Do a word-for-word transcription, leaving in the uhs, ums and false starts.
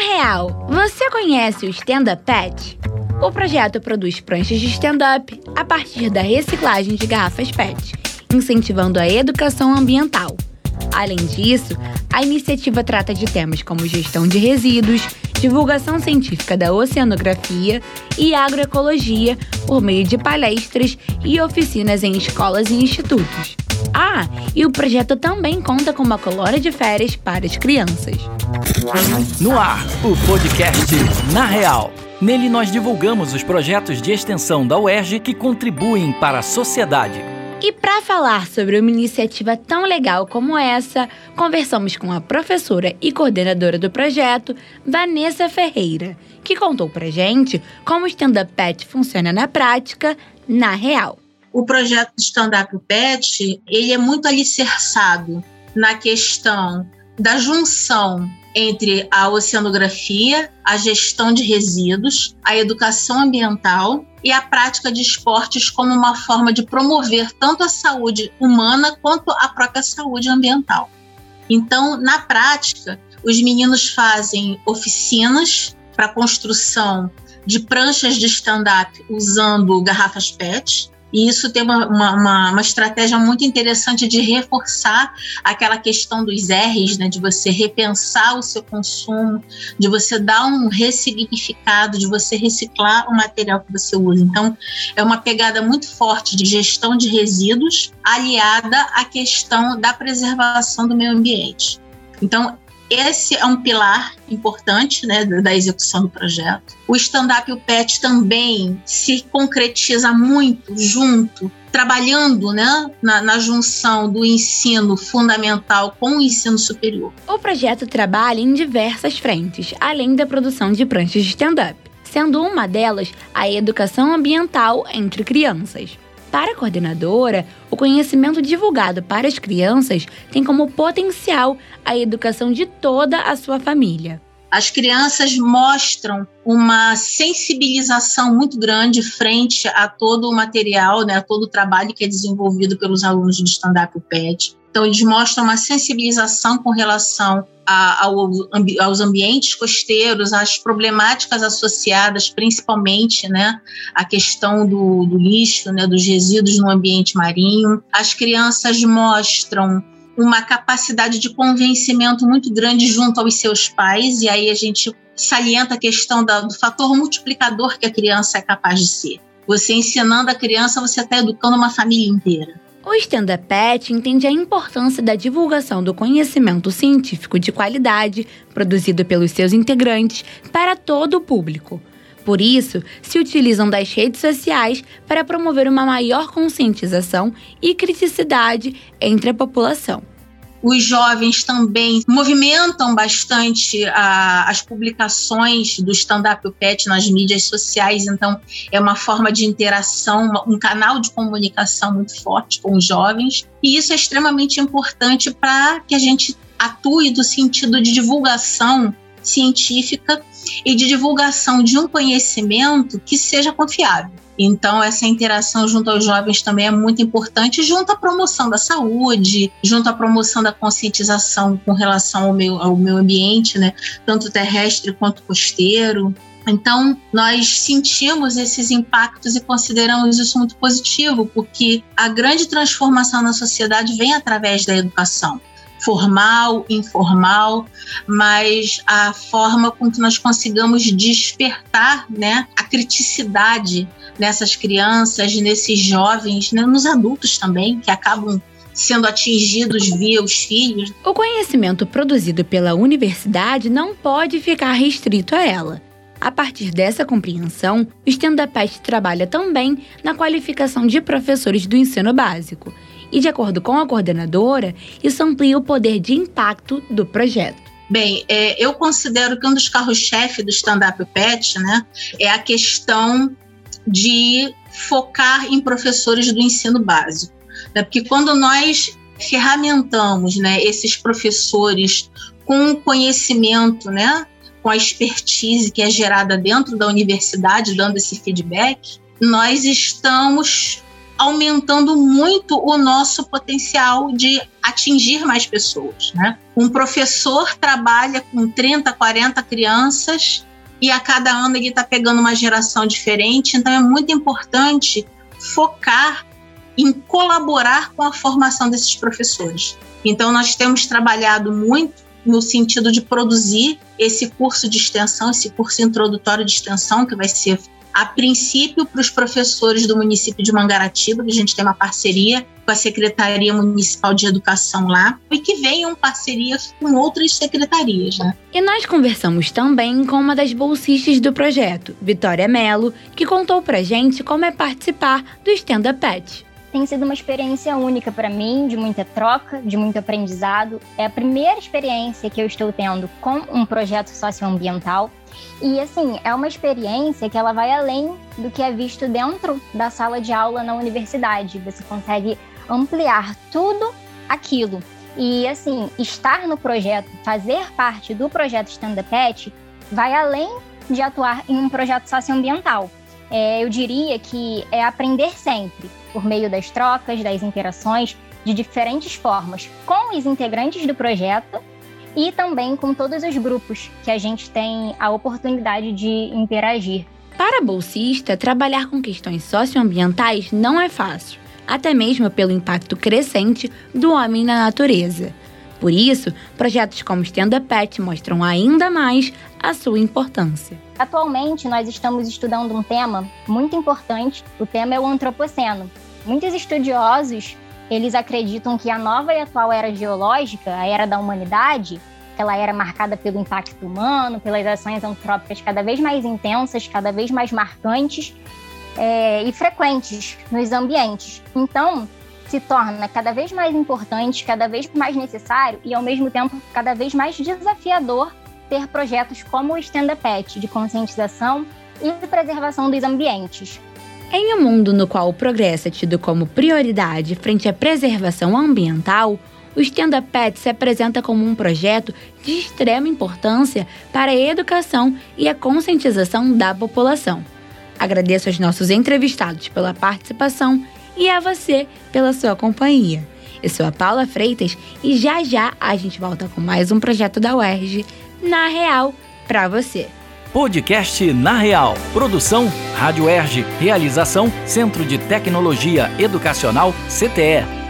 real, você conhece o Stand-Up Pet? O projeto produz pranchas de stand-up a partir da reciclagem de garrafas P E T, incentivando a educação ambiental. Além disso, a iniciativa trata de temas como gestão de resíduos, divulgação científica da oceanografia e agroecologia por meio de palestras e oficinas em escolas e institutos. Ah, e o projeto também conta com uma colônia de férias para as crianças. No ar, o podcast Na Real. Nele nós divulgamos os projetos de extensão da U E R J que contribuem para a sociedade. E para falar sobre uma iniciativa tão legal como essa, conversamos com a professora e coordenadora do projeto, Vanessa Ferreira, que contou pra gente como o Stand-Up Pet funciona na prática, na real. O projeto Stand-Up Pet, ele é muito alicerçado na questão da junção entre a oceanografia, a gestão de resíduos, a educação ambiental e a prática de esportes como uma forma de promover tanto a saúde humana quanto a própria saúde ambiental. Então, na prática, os meninos fazem oficinas para construção de pranchas de stand-up usando garrafas P E T, e isso tem uma, uma, uma estratégia muito interessante de reforçar aquela questão dos R's, né, de você repensar o seu consumo, de você dar um ressignificado, de você reciclar o material que você usa. Então, é uma pegada muito forte de gestão de resíduos, aliada à questão da preservação do meio ambiente. Então, esse é um pilar importante, né, da execução do projeto. O Stand-Up e o P E T também se concretiza muito junto, trabalhando, né, na, na junção do ensino fundamental com o ensino superior. O projeto trabalha em diversas frentes, além da produção de pranchas de stand-up, sendo uma delas a educação ambiental entre crianças. Para a coordenadora, o conhecimento divulgado para as crianças tem como potencial a educação de toda a sua família. As crianças mostram uma sensibilização muito grande frente a todo o material, né, a todo o trabalho que é desenvolvido pelos alunos de Stand-Up e P E T. Então, eles mostram uma sensibilização com relação a, ao, aos ambientes costeiros, às problemáticas associadas, principalmente, né, à questão do, do lixo, né, dos resíduos no ambiente marinho. As crianças mostram uma capacidade de convencimento muito grande junto aos seus pais, e aí a gente salienta a questão da, do fator multiplicador que a criança é capaz de ser. Você ensinando a criança, você está educando uma família inteira. O Stand-Up Pet entende a importância da divulgação do conhecimento científico de qualidade produzido pelos seus integrantes para todo o público. Por isso, se utilizam das redes sociais para promover uma maior conscientização e criticidade entre a população. Os jovens também movimentam bastante a, as publicações do Stand-Up e P E T nas mídias sociais, então é uma forma de interação, um canal de comunicação muito forte com os jovens, e isso é extremamente importante para que a gente atue no sentido de divulgação científica e de divulgação de um conhecimento que seja confiável. Então, essa interação junto aos jovens também é muito importante, junto à promoção da saúde, junto à promoção da conscientização com relação ao meio, ao meio ambiente, né, tanto terrestre quanto costeiro. Então, nós sentimos esses impactos e consideramos isso muito positivo, porque a grande transformação na sociedade vem através da educação. Formal, informal, mas a forma com que nós consigamos despertar, né, a criticidade nessas crianças, nesses jovens, né, nos adultos também, que acabam sendo atingidos via os filhos. O conhecimento produzido pela universidade não pode ficar restrito a ela. A partir dessa compreensão, o Stand-Up Pet trabalha também na qualificação de professores do ensino básico. E, de acordo com a coordenadora, isso amplia o poder de impacto do projeto. Bem, é, eu considero que um dos carros-chefe do Stand-Up e P E T, né, é a questão de focar em professores do ensino básico. Né, porque quando nós ferramentamos, né, esses professores com conhecimento, né, com a expertise que é gerada dentro da universidade, dando esse feedback, nós estamos aumentando muito o nosso potencial de atingir mais pessoas, né? Um professor trabalha com trinta, quarenta crianças e a cada ano ele está pegando uma geração diferente, então é muito importante focar em colaborar com a formação desses professores. Então nós temos trabalhado muito no sentido de produzir esse curso de extensão, esse curso introdutório de extensão, que vai ser, a princípio, para os professores do município de Mangaratiba, que a gente tem uma parceria com a Secretaria Municipal de Educação lá, e que venham parcerias com outras secretarias, né? E nós conversamos também com uma das bolsistas do projeto, Vitória Mello, que contou pra gente como é participar do Stand Up Pet. Tem sido uma experiência única para mim, de muita troca, de muito aprendizado. É a primeira experiência que eu estou tendo com um projeto socioambiental. E, assim, é uma experiência que ela vai além do que é visto dentro da sala de aula na universidade. Você consegue ampliar tudo aquilo. E, assim, estar no projeto, fazer parte do projeto Stand Up Pet, vai além de atuar em um projeto socioambiental. É, eu diria que é aprender sempre, por meio das trocas, das interações, de diferentes formas, com os integrantes do projeto e também com todos os grupos que a gente tem a oportunidade de interagir. Para a bolsista, trabalhar com questões socioambientais não é fácil, até mesmo pelo impacto crescente do homem na natureza. Por isso, projetos como Stand Up Pet mostram ainda mais a sua importância. Atualmente, nós estamos estudando um tema muito importante. O tema é o antropoceno. Muitos estudiosos, eles acreditam que a nova e atual era geológica, a era da humanidade, ela era marcada pelo impacto humano, pelas ações antrópicas cada vez mais intensas, cada vez mais marcantes é, e frequentes nos ambientes. Então, se torna cada vez mais importante, cada vez mais necessário e, ao mesmo tempo, cada vez mais desafiador ter projetos como o Stand Up Pet, de conscientização e de preservação dos ambientes. Em um mundo no qual o progresso é tido como prioridade frente à preservação ambiental, o Stand Up Pet se apresenta como um projeto de extrema importância para a educação e a conscientização da população. Agradeço aos nossos entrevistados pela participação e a você pela sua companhia. Eu sou a Paula Freitas e já já a gente volta com mais um projeto da U E R J Na Real para você. Podcast Na Real. Produção Rádio U E R J. Realização Centro de Tecnologia Educacional C T E.